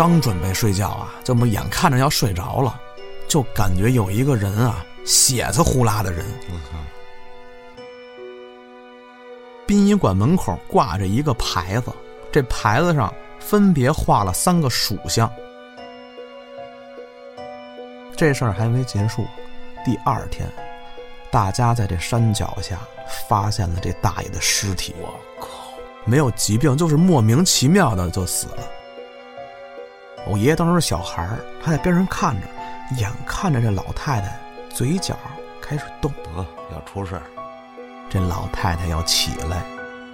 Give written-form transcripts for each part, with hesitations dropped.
刚准备睡觉啊，这么眼看着要睡着了，就感觉有一个人啊，血子呼啦的人。殡仪馆门口挂着一个牌子，这牌子上分别画了3个属相。这事儿还没结束，第2天，大家在这山脚下发现了这大爷的尸体。我靠，没有疾病，就是莫名其妙的就死了。我爷爷当时是小孩，他在边上看着，眼看着这老太太嘴角开始动， 要出事， 这老太太要起来。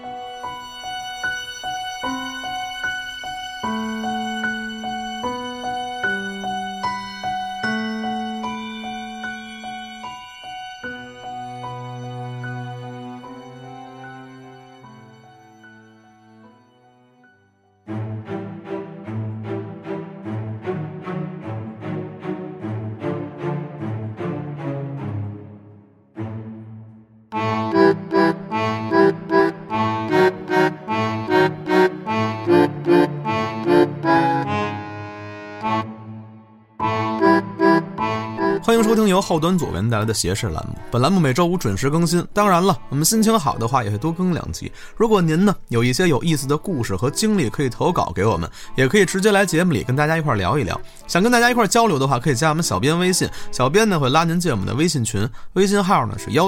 欢迎收听由后端左文带来的斜视栏目，本栏目每周五准时更新。当然了，我们心情好的话也会多更2集。如果您呢有一些有意思的故事和经历可以投稿给我们，也可以直接来节目里跟大家一块聊一聊。想跟大家一块交流的话，可以加我们小编微信，小编呢会拉您进我们的微信群，微信号呢是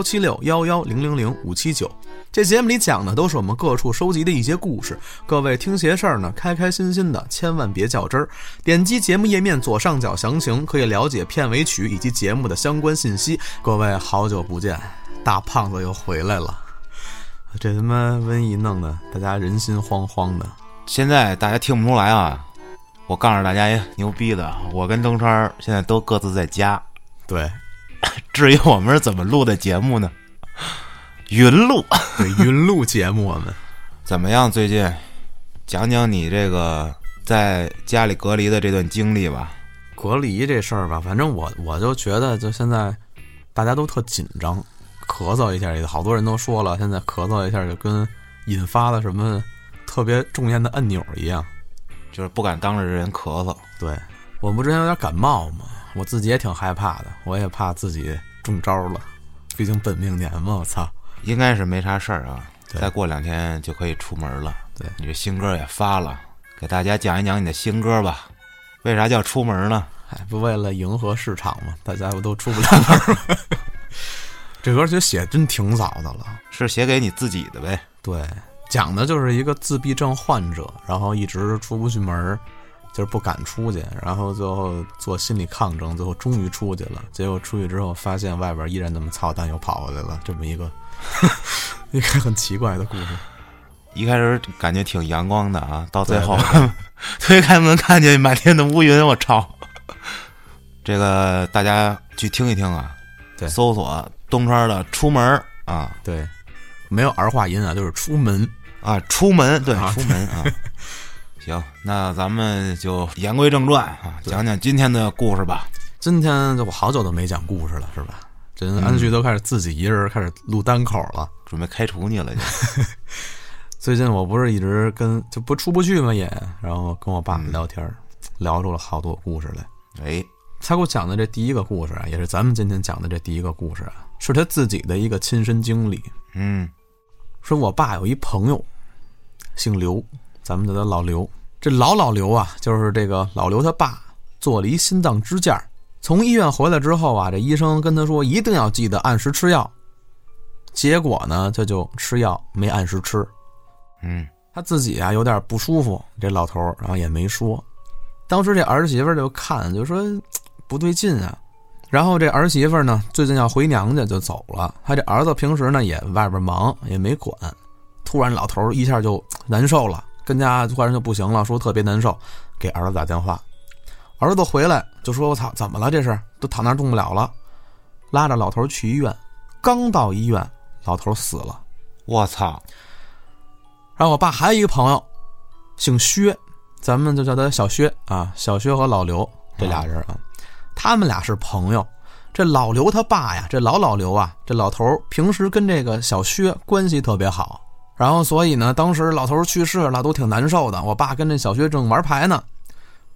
17611000579。这节目里讲的都是我们各处收集的一些故事，各位听邪事儿呢开开心心的，千万别较真儿。点击节目页面左上角详情，可以了解片尾曲以及节目的相关信息。各位好久不见，大胖子又回来了。这他妈瘟疫弄得大家人心惶惶的。 现在大家听不出来啊，我告诉大家一牛逼的，我跟东川现在都各自在家。 对， 至于我们是怎么录的节目呢？云录。 对，云录节目。我们怎么样？最近讲讲你这个在家里隔离的这段经历吧。 隔离这事儿吧，反正我就觉得，就现在大家都特紧张，咳嗽一下，好多人都说了，现在咳嗽一下就跟引发了什么特别重要的按钮一样， 就是不敢当着人咳嗽。 对，我不之前有点感冒嘛，我自己也挺害怕的，我也怕自己中招了，毕竟本命年嘛，我操。 应该是没啥事儿啊，再过2天就可以出门了。 对， 你这新歌也发了，给大家讲一讲你的新歌吧。为啥叫出门呢？ 不为了迎合市场嘛，大家不都出不了门。这歌其实写真挺早的了， 是写给你自己的呗。 对，讲的就是一个自闭症患者，然后一直出不去门，就是不敢出去，然后最后做心理抗争，最后终于出去了。结果出去之后发现外边依然那么操蛋，又跑回来了，这么一个一个很奇怪的故事。 一开始感觉挺阳光的啊，到最后推开门看见满天的乌云，我操！这个大家去听一听啊， 对， 搜索东川的出门啊， 对，没有儿化音啊，就是出门啊，出门，对，出门啊。行，那咱们就言归正传啊，讲讲今天的故事吧。 今天我好久都没讲故事了，是吧？这安旭都开始自己一人开始录单口了， 准备开除你了就。 最近我不是一直就不出不去嘛也，然后跟我爸聊天，聊出了好多故事来。 哎， 他给我讲的这第一个故事啊，也是咱们今天讲的这第一个故事啊，是他自己的一个亲身经历。说我爸有一朋友姓刘，咱们叫他老刘。这老刘啊，就是这个老刘他爸做了一心脏支架，从医院回来之后啊，这医生跟他说一定要记得按时吃药。结果呢，他就吃药没按时吃。他自己啊有点不舒服，这老头然后也没说。当时这儿媳妇就看，就说不对劲啊。然后这儿媳妇呢最近要回娘家就走了，他这儿子平时呢也外边忙也没管。突然老头一下就难受了，跟家突然就不行了，说特别难受，给儿子打电话。儿子回来就说我操，怎么了这是，都躺那动不了了，拉着老头去医院。刚到医院老头死了。 我操！ 然后我爸还有一个朋友姓薛，咱们就叫他小薛啊，小薛和老刘这俩人啊，他们俩是朋友。这老刘他爸呀，这老刘啊，这老头平时跟这个小薛关系特别好，然后所以呢当时老头去世了都挺难受的，我爸跟这小薛正玩牌呢，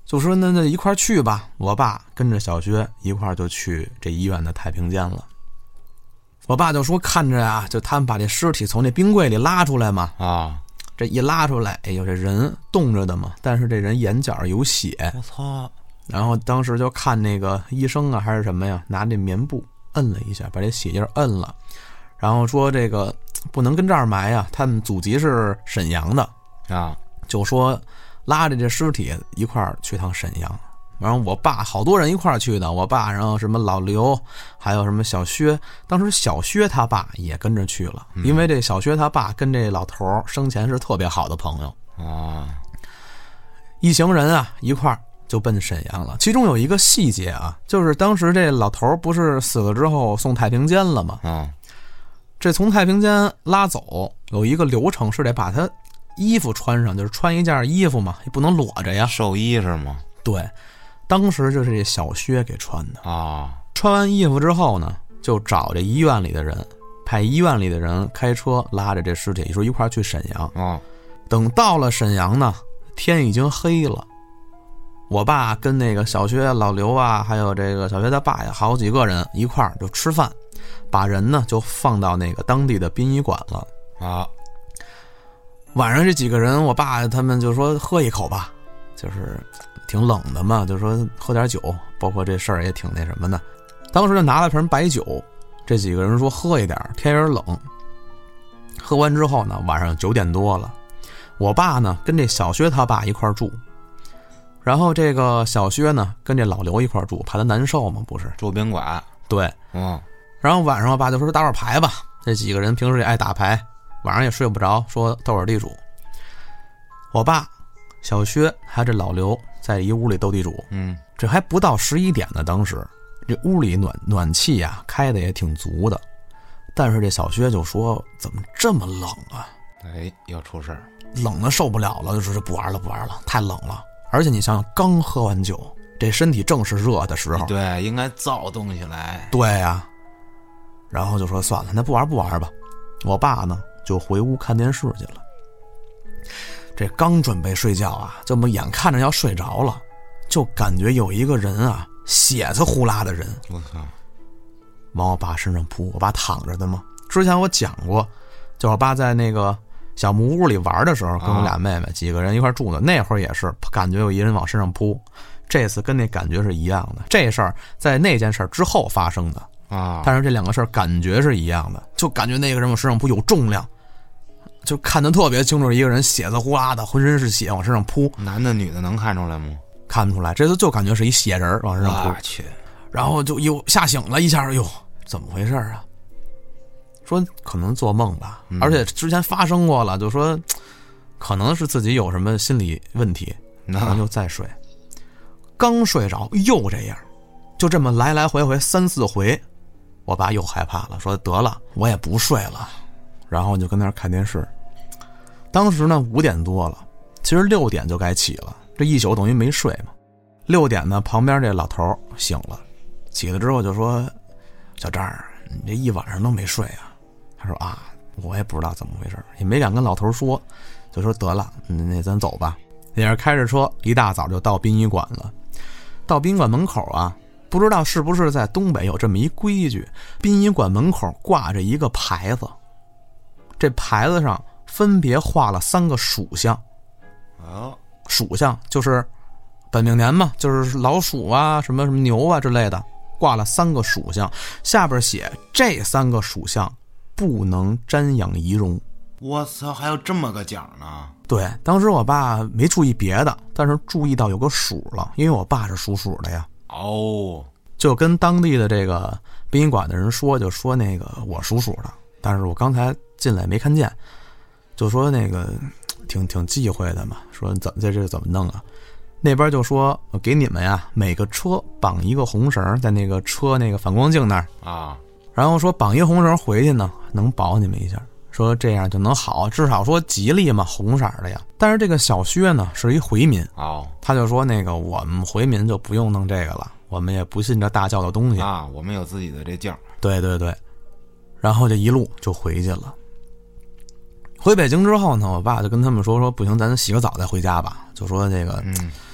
就说那一块去吧。我爸跟着小薛一块就去这医院的太平间了。我爸就说看着啊，就他们把这尸体从那冰柜里拉出来嘛，这一拉出来，哎呦，这人冻着的嘛，但是这人眼角有血， 我操！ 然后当时就看那个医生啊还是什么呀，拿这棉布摁了一下，把这血印摁了，然后说这个不能跟这儿埋啊，他们祖籍是沈阳的啊， 就说拉着这尸体一块儿去趟沈阳。然后我爸好多人一块儿去的，我爸，然后什么老刘，还有什么小薛，当时小薛他爸也跟着去了，因为这小薛他爸跟这老头生前是特别好的朋友啊。 一行人啊一块儿就奔沈阳了。其中有一个细节啊，就是当时这老头不是死了之后送太平间了吗？这从太平间拉走有一个流程，是得把他衣服穿上，就是穿一件衣服嘛，也不能裸着呀。 寿衣是吗？ 对，当时就是这小薛给穿的啊。 穿完衣服之后呢，就找这医院里的人，派医院里的人开车拉着这尸体，说一块去沈阳。等到了沈阳呢，天已经黑了。我爸跟那个小薛、老刘啊，还有这个小薛他爸呀，好几个人一块儿就吃饭，把人呢就放到那个当地的殡仪馆了啊。 晚上这几个人，我爸他们就说喝一口吧，就是挺冷的嘛，就说喝点酒，包括这事儿也挺那什么的。当时就拿了瓶白酒，这几个人说喝一点，天有点冷。喝完之后呢，晚上9点多了，我爸呢跟这小薛他爸一块住，然后这个小薛呢跟这老刘一块住，怕他难受嘛，不是住宾馆。 对，然后晚上我爸就说打会儿牌吧，这几个人平时也爱打牌，晚上也睡不着，说斗会儿地主。我爸、小薛还有这老刘在一屋里斗地主，这还不到11点呢，当时这屋里暖气呀开的也挺足的，但是这小薛就说怎么这么冷啊？ 哎，要出事儿， 冷的受不了了，就说不玩了，太冷了。而且你想想，刚喝完酒，这身体正是热的时候， 对，应该躁动起来。 对呀，然后就说算了，那不玩吧。我爸呢就回屋看电视去了。这刚准备睡觉啊，这么眼看着要睡着了，就感觉有一个人啊，血丝呼啦的人， 我操， 往我爸身上扑。我爸躺着的嘛，之前我讲过，就我爸在那个小木屋里玩的时候，跟我俩妹妹几个人一块住的，那会儿也是感觉有一人往身上扑，这次跟那感觉是一样的。这事儿在那件事之后发生的啊，但是这两个事儿感觉是一样的，就感觉那个人往身上扑有重量，就看得特别清楚，一个人血丝呼啦的，浑身是血往身上扑。 男的女的能看出来吗？ 看不出来，这次就感觉是一血人往身上扑。 我去， 然后就又吓醒了一下，哟，怎么回事啊？说可能做梦吧，而且之前发生过了，就说可能是自己有什么心理问题，然后就再睡。刚睡着又这样，就这么来来回回3、4回，我爸又害怕了，说得了，我也不睡了，然后就跟那儿看电视。当时呢5点多了，其实6点就该起了，这一宿等于没睡嘛。6点呢，旁边这老头醒了，起来之后就说：“小张，你这一晚上都没睡啊？”他说：“啊，我也不知道怎么回事，也没敢跟老头说，就说得了，那咱走吧。”也是开着车，一大早就到殡仪馆了。到殡仪馆门口啊，不知道是不是在东北有这么一规矩，殡仪馆门口挂着一个牌子，这牌子上分别画了3个属相。属相就是本命年嘛，就是老鼠啊，什么什么牛啊之类的，挂了3个属相，下边写这3个属相不能瞻仰仪容。 我操，还有这么个奖呢？ 对，当时我爸没注意别的，但是注意到有个鼠了，因为我爸是属鼠的呀。就跟当地的这个殡仪馆的人说，就说那个我属鼠的，但是我刚才进来没看见，就说那个挺忌讳的嘛，说这怎么弄啊？那边就说我给你们呀，每个车绑一个红绳，在那个车那个反光镜那儿啊，然后说绑一红绳回去呢，能保你们一下，说这样就能好，至少说吉利嘛，红色的呀。但是这个小薛呢是一回民他就说那个我们回民就不用弄这个了，我们也不信这大教的东西啊，我们有自己的这劲儿。 对，然后就一路就回去了。回北京之后呢，我爸就跟他们说不行，咱洗个澡再回家吧，就说这个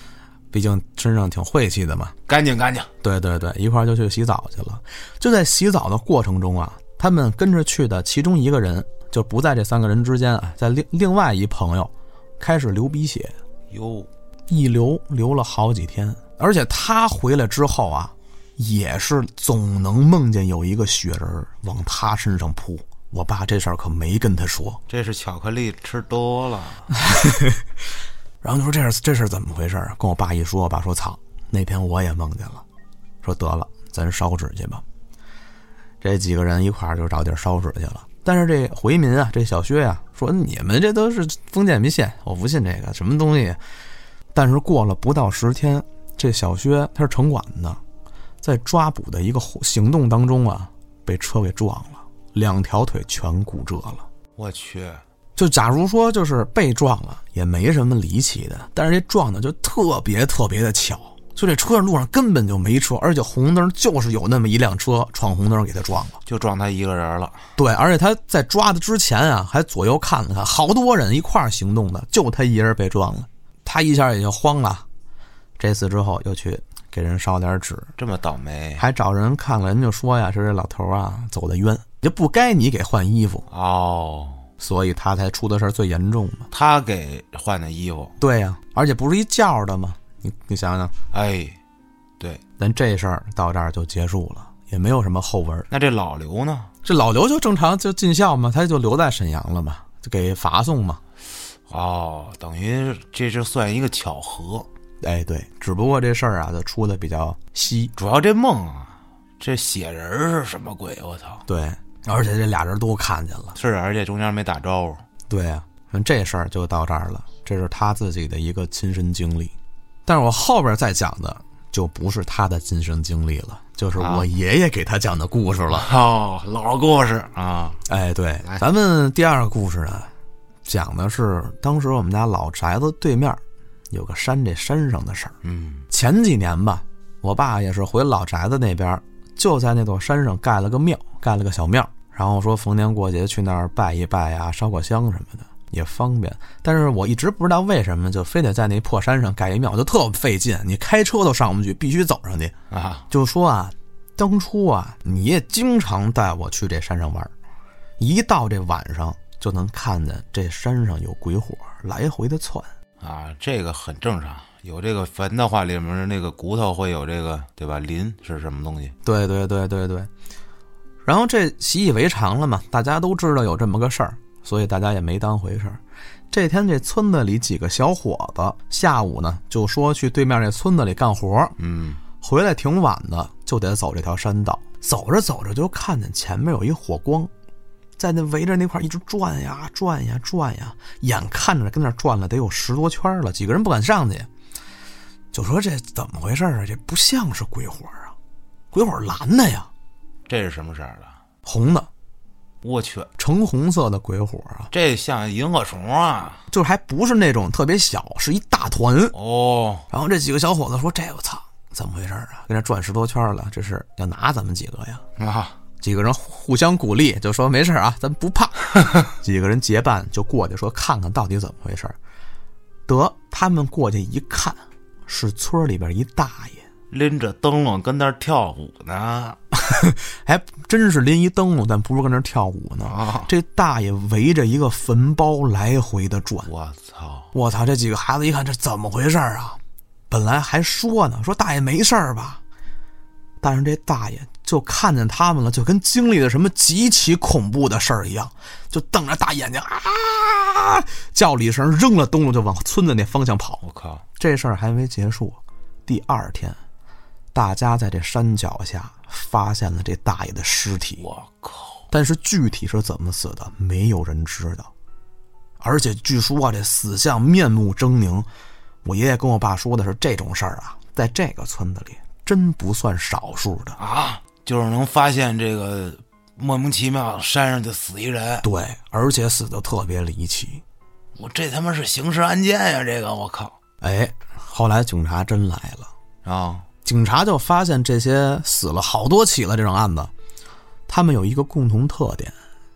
毕竟身上挺晦气的嘛， 干净。 对对对，一块就去洗澡去了。就在洗澡的过程中啊，他们跟着去的其中一个人就不在这3个人之间啊，在另外一朋友开始流鼻血，一流了好几天，而且他回来之后啊，也是总能梦见有一个血人往他身上扑。我爸这事儿可没跟他说， 这是巧克力吃多了。 然后就说这事怎么回事啊？跟我爸一说，我爸说操，那天我也梦见了。说得了，咱烧纸去吧。这几个人一块儿就找地儿烧纸去了。但是这回民啊，这小薛啊，说你们这都是封建迷信，我不信这个什么东西。但是过了不到10天，这小薛他是城管的，在抓捕的一个行动当中啊，被车给撞了，2条腿全骨折了。 我去！ 就假如说就是被撞了，也没什么离奇的，但是这撞的就特别的巧，就这车上路上根本就没车，而且红灯就是有那么一辆车闯红灯给他撞了， 就撞他一个人了。 对，而且他在抓的之前啊，还左右看了看，好多人一块儿行动的，就他一人被撞了，他一下也就慌了。这次之后又去给人烧点纸， 这么倒霉， 还找人看了，人就说呀，是这老头啊走得冤，就不该你给换衣服哦。 所以他才出的事儿最严重嘛。 他给换的衣服， 对呀，而且不是一觉的吗？你想想， 哎，对， 但这事儿到这儿就结束了，也没有什么后文。 那这老刘呢？ 这老刘就正常就尽孝嘛，他就留在沈阳了嘛，就给罚送嘛。 哦，等于这就算一个巧合。 哎，对，只不过这事儿啊，就出的比较稀。 主要这梦啊，这血人是什么鬼？我操！ 对。而且这俩人都看见了， 是，而且中间没打招呼。 对啊，这事儿就到这儿了，这是他自己的一个亲身经历。但是我后边再讲的就不是他的亲身经历了，就是我爷爷给他讲的故事了。 哦，老故事啊！ 哎，对，咱们第2个故事呢，讲的是当时我们家老宅子对面有个山，这山上的事儿。前几年吧，我爸也是回老宅子那边，就在那座山上盖了个庙，盖了个小庙，然后说逢年过节去那儿拜一拜啊，烧个香什么的也方便。但是我一直不知道为什么就非得在那破山上盖一庙，就特费劲，你开车都上不去，必须走上去啊。就说啊，当初啊你也经常带我去这山上玩，一到这晚上就能看见这山上有鬼火来回的窜啊，这个很正常。有这个坟的话，里面那个骨头会有这个，对吧？磷是什么东西？ 对对对对对。然后这习以为常了嘛，大家都知道有这么个事儿，所以大家也没当回事儿。这天这村子里几个小伙子下午呢就说去对面这村子里干活，回来挺晚的，就得走这条山道。走着走着就看见前面有一火光，在那围着那块一直转呀转呀转呀，眼看着跟那转了得有10多圈了，几个人不敢上去，就说这怎么回事啊？这不像是鬼火啊，鬼火蓝的呀。 这是什么色的？ 红的。 我去， 橙红色的鬼火啊， 这像萤火虫啊， 就还不是那种特别小，是一大团哦。 然后这几个小伙子说：“这我操，怎么回事啊？跟这转10多圈了，这是要拿咱们几个呀？” 啊， 几个人互相鼓励，就说没事啊，咱不怕。几个人结伴就过去说看看到底怎么回事。得，他们过去一看，是村里边一大爷拎着灯笼跟那儿跳舞呢。 还真是拎一灯笼，但不是跟那儿跳舞呢。这大爷围着一个坟包来回的转。我操！这几个孩子一看，这怎么回事啊？本来还说呢，说大爷没事吧，但是这大爷就看见他们了，就跟经历了什么极其恐怖的事儿一样，就瞪着大眼睛啊，叫了一声，扔了灯笼就往村子那方向跑。 我靠！ 这事儿还没结束，第2天，大家在这山脚下发现了这大爷的尸体。 我靠！ 但是具体是怎么死的，没有人知道。而且据说啊，这死相面目狰狞。我爷爷跟我爸说的是，这种事儿啊，在这个村子里真不算少数的啊，就是能发现这个莫名其妙山上就死一人。 对，而且死的特别离奇。 我这他妈是刑事案件呀，这个我靠！ 哎，后来警察真来了啊， 警察就发现这些死了好多起了这种案子，他们有一个共同特点，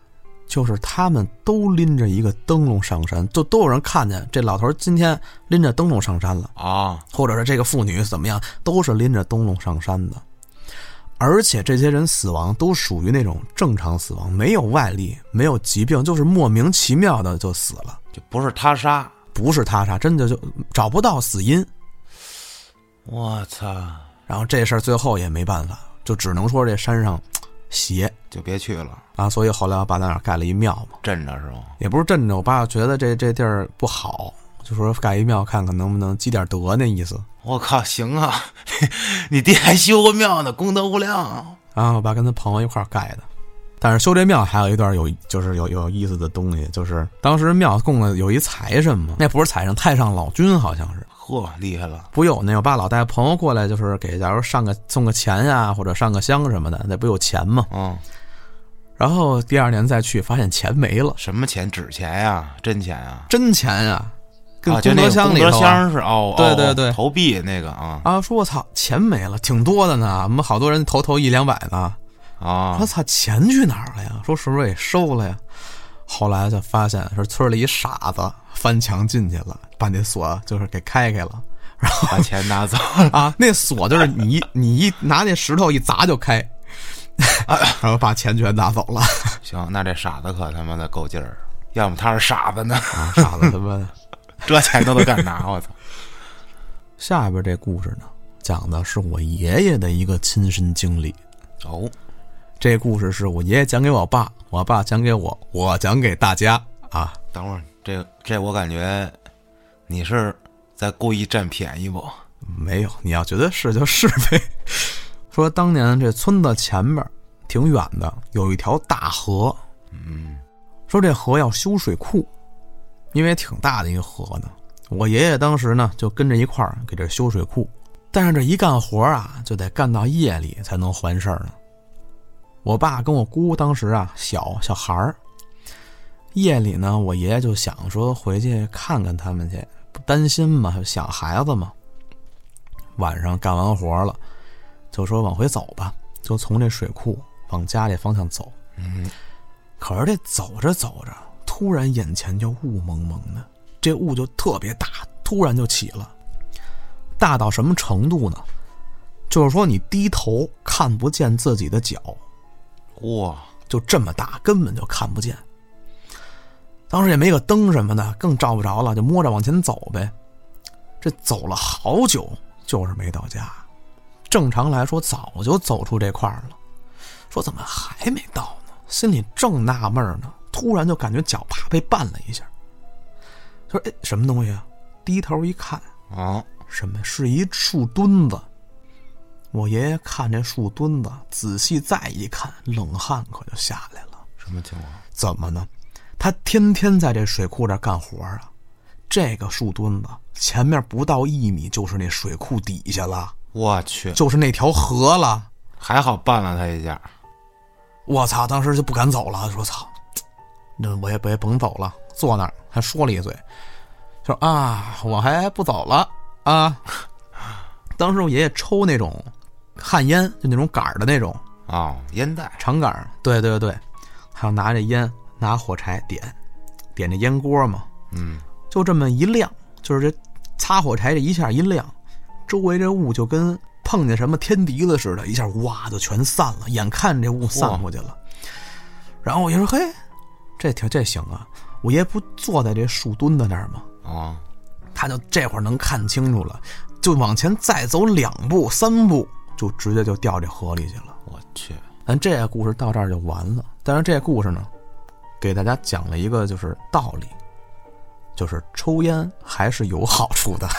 就是他们都拎着一个灯笼上山，就都有人看见这老头今天拎着灯笼上山了啊， 或者是这个妇女怎么样，都是拎着灯笼上山的。而且这些人死亡都属于那种正常死亡，没有外力，没有疾病，就是莫名其妙的就死了， 就不是他杀， 不是他杀，真的就找不到死因。 我操！ 然后这事儿最后也没办法，就只能说这山上邪， 就别去了啊。所以后来我爸在那儿盖了一庙嘛， 镇着是吗？ 也不是镇着，我爸觉得这地儿不好，就说盖一庙看看能不能积点德那意思。 我靠，行啊！你爹还修过庙呢，功德无量啊！我爸跟他朋友一块儿盖的。但是修这庙还有一段有意思的东西，就是当时庙供的有一财神嘛，那不是财神，太上老君好像是。 嚯，厉害了！ 不有那我爸老带朋友过来，就是给假如送个钱呀，或者上个香什么的，那不有钱吗？ 嗯。 然后第二年再去，发现钱没了。 什么钱？纸钱呀？真钱呀？ 真钱呀！跟功德箱里头、功德箱是对对对， 投币那个啊。 说我操，钱没了，挺多的呢，我们好多人投100-200呢。我操，钱去哪儿了呀？说是不是给收了呀？后来就发现是村里一傻子翻墙进去了，把那锁就是给开了，然后把钱拿走了那锁就是你一拿那石头一砸就开，然后把钱全拿走了。 行，那这傻子可他妈的够劲儿，要么他是傻子呢？ 傻子他妈的， 这钱都敢拿，我操！ 下边这故事呢，讲的是我爷爷的一个亲身经历。 哦。 这故事是我爷爷讲给我爸，我爸讲给我，我讲给大家啊。 等会儿，这我感觉你是在故意占便宜不？ 没有，你要觉得是就是呗。说当年这村子前面挺远的，有一条大河。说这河要修水库，因为挺大的一个河呢。我爷爷当时呢就跟着一块儿给这修水库，但是这一干活啊，就得干到夜里才能还事儿呢。我爸跟我姑当时啊小孩儿，夜里呢，我爷爷就想说回去看看他们去，不担心嘛，想孩子嘛。晚上干完活了，就说往回走吧，就从这水库往家里方向走。可是这走着走着，突然眼前就雾蒙蒙的，这雾就特别大，突然就起了，大到什么程度呢？就是说你低头看不见自己的脚。 哇， 就这么大，根本就看不见。当时也没个灯什么的，更照不着了，就摸着往前走呗。这走了好久，就是没到家。正常来说，早就走出这块儿了。说怎么还没到呢？心里正纳闷呢，突然就感觉脚啪被绊了一下。说什么东西啊？低头一看什么？是一树墩子。我爷爷看这树墩子，仔细再一看，冷汗可就下来了。 什么情况？ 怎么呢？他天天在这水库这干活啊。这个树墩子前面不到1米就是那水库底下了。 我去， 就是那条河了。 还好绊了他一下。 我操！当时就不敢走了，说操，那我也甭走了，坐那儿还说了一嘴，说啊，我还不走了啊。当时我爷爷抽那种旱烟，就那种杆的那种烟袋长杆，对对对，还要拿着烟，拿火柴点这烟锅嘛，就这么一亮，就是这擦火柴这一下一亮，周围这雾就跟碰见什么天敌了似的，一下哇就全散了，眼看这雾散过去了。然后我爷说：“嘿，这行啊！”我爷不坐在这树墩子那儿吗？他就这会儿能看清楚了，就往前再走2步3步，就直接就掉这河里去了。 我去！ 咱这个故事到这儿就完了。但是这个故事呢，给大家讲了一个就是道理，就是抽烟还是有好处的。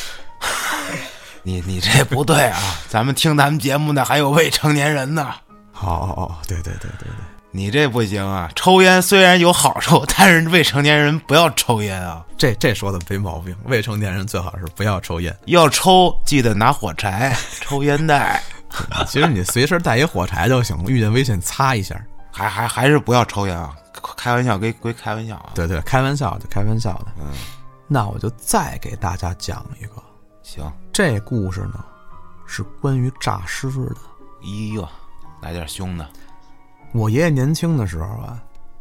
你这不对啊！咱们听咱们节目的还有未成年人呢。 对， 你这不行啊！抽烟虽然有好处，但是未成年人不要抽烟啊。 这说的没毛病，未成年人最好是不要抽烟。 要抽记得拿火柴，抽烟袋。 其实你随时带一火柴就行，遇见危险擦一下。 还是不要抽烟啊！开玩笑归开玩笑啊。 对，开玩笑的。那我就再给大家讲一个。 行， 这故事呢是关于诈尸的。 来点凶的。 我爷爷年轻的时候啊，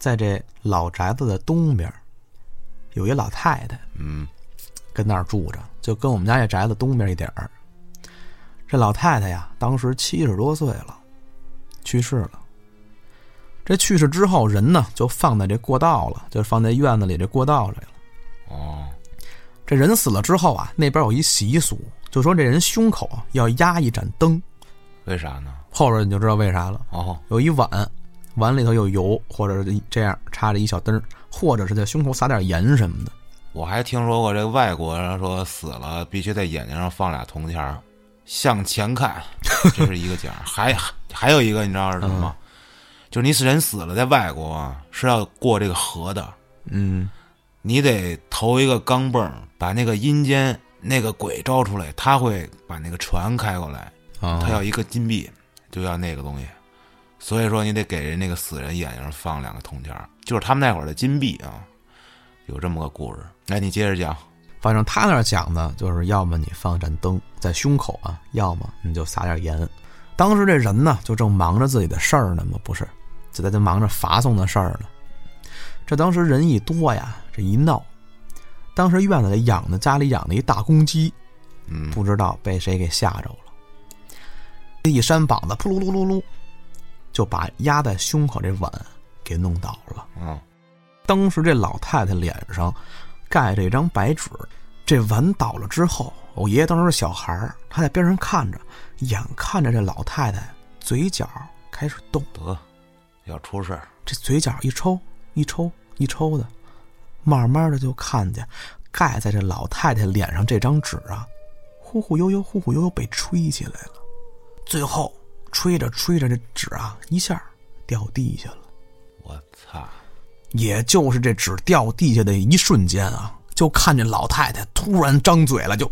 在这老宅子的东边有一老太太，跟那儿住着，就跟我们家这宅子东边一点儿。这老太太呀，当时70多岁了，去世了。这去世之后，人呢就放在这过道了，就放在院子里这过道里了。 哦， 这人死了之后啊，那边有一习俗，就说这人胸口啊要压一盏灯。 为啥呢？ 后边你就知道为啥了。 哦， 有一碗，碗里头有油，或者是这样插着一小灯，或者是在胸口撒点盐什么的。 我还听说过这个外国人说死了必须在眼睛上放俩铜钱，向前看，这是一个奖。还有一个你知道是什么吗？就是你人死了，在外国啊是要过这个河的。你得投一个钢镚，把那个阴间那个鬼招出来，他会把那个船开过来，他要一个金币，就要那个东西。所以说你得给人那个死人眼睛上放2个铜钱，就是他们那会儿的金币啊。有这么个故事，来你接着讲。 反正他那儿讲的就是要么你放盏灯在胸口啊，要么你就撒点盐。当时这人呢就正忙着自己的事儿呢嘛，不是就在这忙着发送的事儿呢。这当时人一多呀，这一闹，当时院子里家里养的一大公鸡，不知道被谁给吓着了，一扇膀子扑噜噜噜噜，就把压在胸口这碗给弄倒了。当时这老太太脸上盖着一张白纸，这碗倒了之后，我爷爷当时是小孩，他在边上看着，眼看着这老太太嘴角开始动， 得要出事， 这嘴角一抽一抽一抽的，慢慢的就看见盖在这老太太脸上这张纸啊，忽忽悠悠被吹起来了，最后吹着吹着这纸啊一下掉地下了。 我操！ 也就是这纸掉地下的一瞬间啊，就看见老太太突然张嘴了，就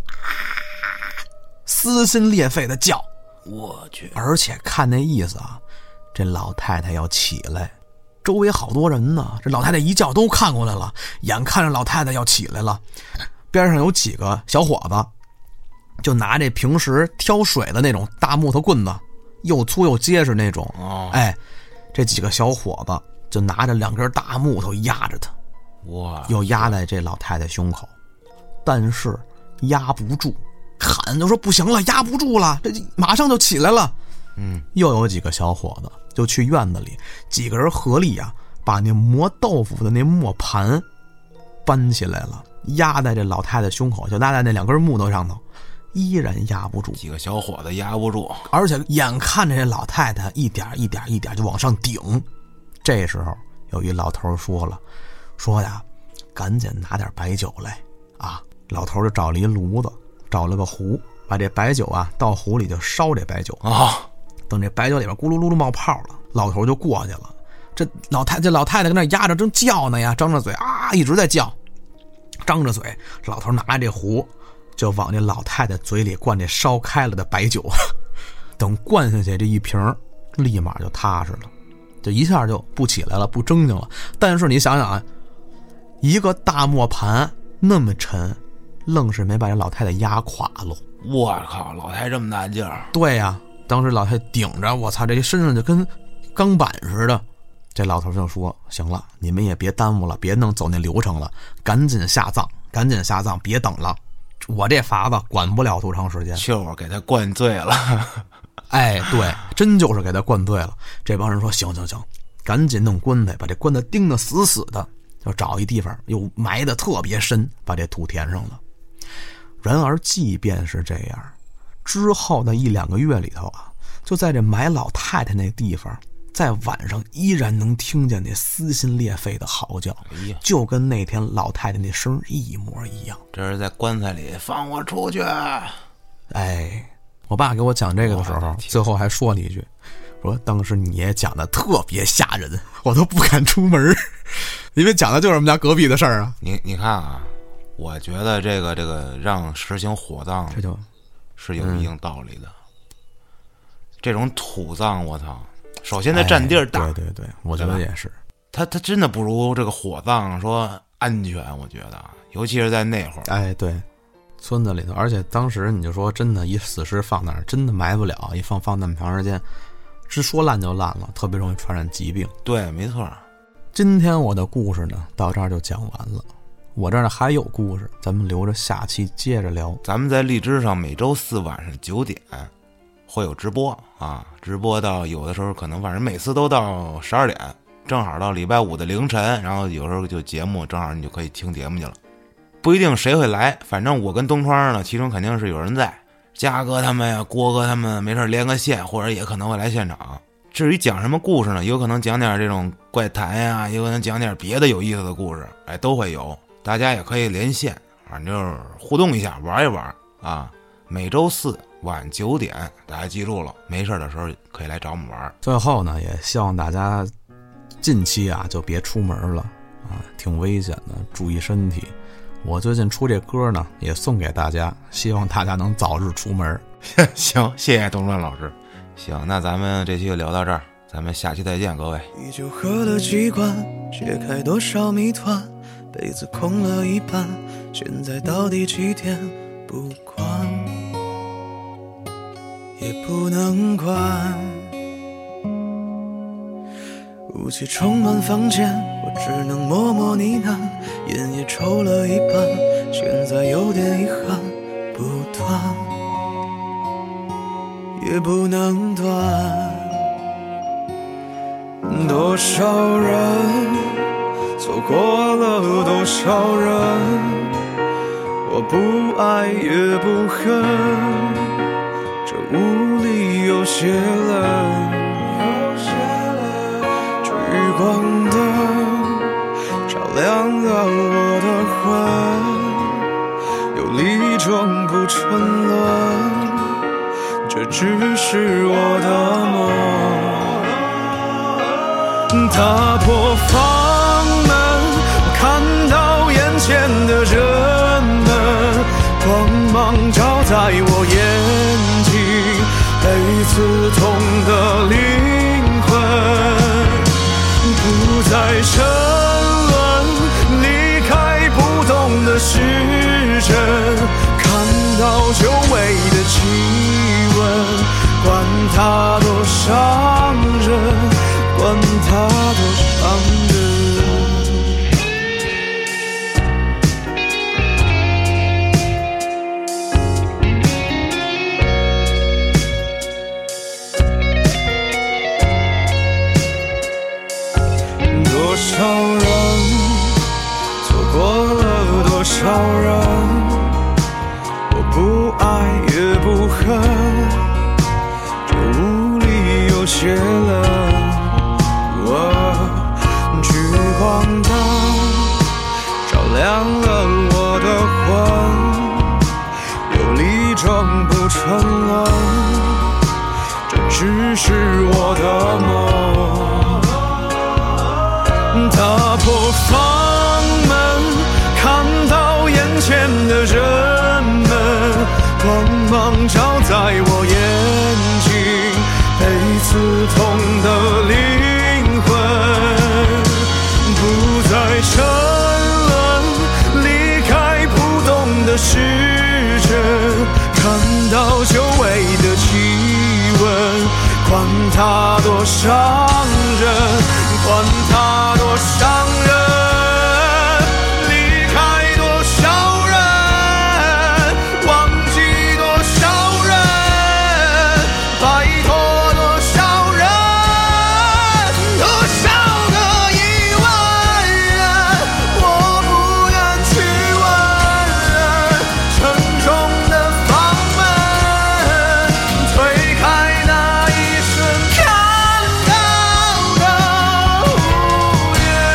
撕心裂肺的叫， 我去！ 而且看那意思啊，这老太太要起来，周围好多人呢，这老太太一叫都看过来了，眼看着老太太要起来了，边上有几个小伙子就拿这平时挑水的那种大木头棍子，又粗又结实那种，这几个小伙子就拿着2根大木头压着他， 哇， 又压在这老太太胸口，但是压不住，喊就说不行了，压不住了，这马上就起来了。又有几个小伙子就去院子里，几个人合力啊，把那磨豆腐的那磨盘搬起来了，压在这老太太胸口，就压在那2根木头上头，依然压不住。 几个小伙子压不住， 而且眼看着这老太太一点一点一点就往上顶。这时候有一老头说呀，赶紧拿点白酒来啊！老头就找了一炉子，找了个壶，把这白酒啊到壶里就烧这白酒啊。等这白酒里边咕噜噜噜冒泡了，老头就过去了。这老太太跟那压着正叫呢呀，张着嘴啊一直在叫，张着嘴，老头拿着这壶就往这老太太嘴里灌这烧开了的白酒。等灌下去这一瓶，立马就踏实了。就一下就不起来了，不正经了。但是你想想啊，一个大磨盘那么沉，愣是没把这老太太压垮了。 我靠，老太太这么大劲儿！ 对呀，当时老太太顶着，我操，这身上就跟钢板似的。这老头就说：“行了，你们也别耽误了，别弄走那流程了，赶紧下葬，别等了。我这法子管不了多长时间。” 就是给他灌醉了。 哎，对，真就是给他灌醉了。这帮人说行，赶紧弄棺材，把这棺材钉得死死的，就找一地方又埋得特别深，把这土填上了。然而即便是这样，之后的1-2个月里头啊，就在这埋老太太那地方，在晚上依然能听见那撕心裂肺的嚎叫，就跟那天老太太那声一模一样。 这是在棺材里放我出去。 哎，我爸给我讲这个的时候，最后还说了一句，说当时你也讲的特别吓人，我都不敢出门，因为讲的就是我们家隔壁的事儿啊。 你看啊，我觉得这个让实行火葬，这就是有一定道理的。这种土葬，我操，首先它占地儿大， 对，我觉得也是。 它真的不如这个火葬说安全，我觉得，尤其是在那会儿。 哎，对。村子里头，而且当时你就说真的，一死尸放那儿，真的埋不了，一放那么长时间，是说烂就烂了，特别容易传染疾病。 对，没错。 今天我的故事呢，到这儿就讲完了。我这儿还有故事，咱们留着下期接着聊。 咱们在荔枝上每周四晚上9点会有直播啊，直播到有的时候可能反正每次都到12点，正好到礼拜5的凌晨，然后有时候就节目正好你就可以听节目去了。不一定谁会来，反正我跟东窗呢，其中肯定是有人在。嘉哥他们呀，郭哥他们没事连个线，或者也可能会来现场。至于讲什么故事呢，有可能讲点这种怪谈呀，有可能讲点别的有意思的故事，都会有。大家也可以连线，反正就是互动一下，玩一玩啊。每周四晚9点，大家记住了，没事的时候可以来找我们玩。 最后呢，也希望大家近期啊就别出门了啊，挺危险的，注意身体。我最近出这歌呢，也送给大家，希望大家能早日出门。 行，谢谢东川老师。行，那咱们这期就聊到这儿，咱们下期再见，各位。 啤酒喝了几罐，解开多少谜团，杯子空了一半，现在到底几点？不管，也不能管。雾气充满房间，我只能默默呢喃，烟也抽了一半，现在有点遗憾，不断也不能断。多少人错过了多少人，我不爱也不恨，这无力有些冷。聚光灯照亮了我的魂，有理装不沉沦，这只是我的梦。打破房门，看到眼前的人们，光芒照在我眼睛，被刺痛的灵魂不再沉沦，离开不动的时针，看到久违的气温，管它多伤人，管它多伤人。多少人错过了多少人，我不爱也不恨，这无力有些冷。聚光灯照亮了我的魂，有理装不沉沦，这只是我的梦。打破房门，看到眼前的人们，光芒照在我眼睛，被刺痛的灵魂不再沉沦，离开不动的时针，看到久违的气温，管它多伤人，管它多伤人，离开多少人，忘记多少人，摆脱多少人，多少个亿万人，我不愿去问，沉重的房门推开那一瞬看到的无言。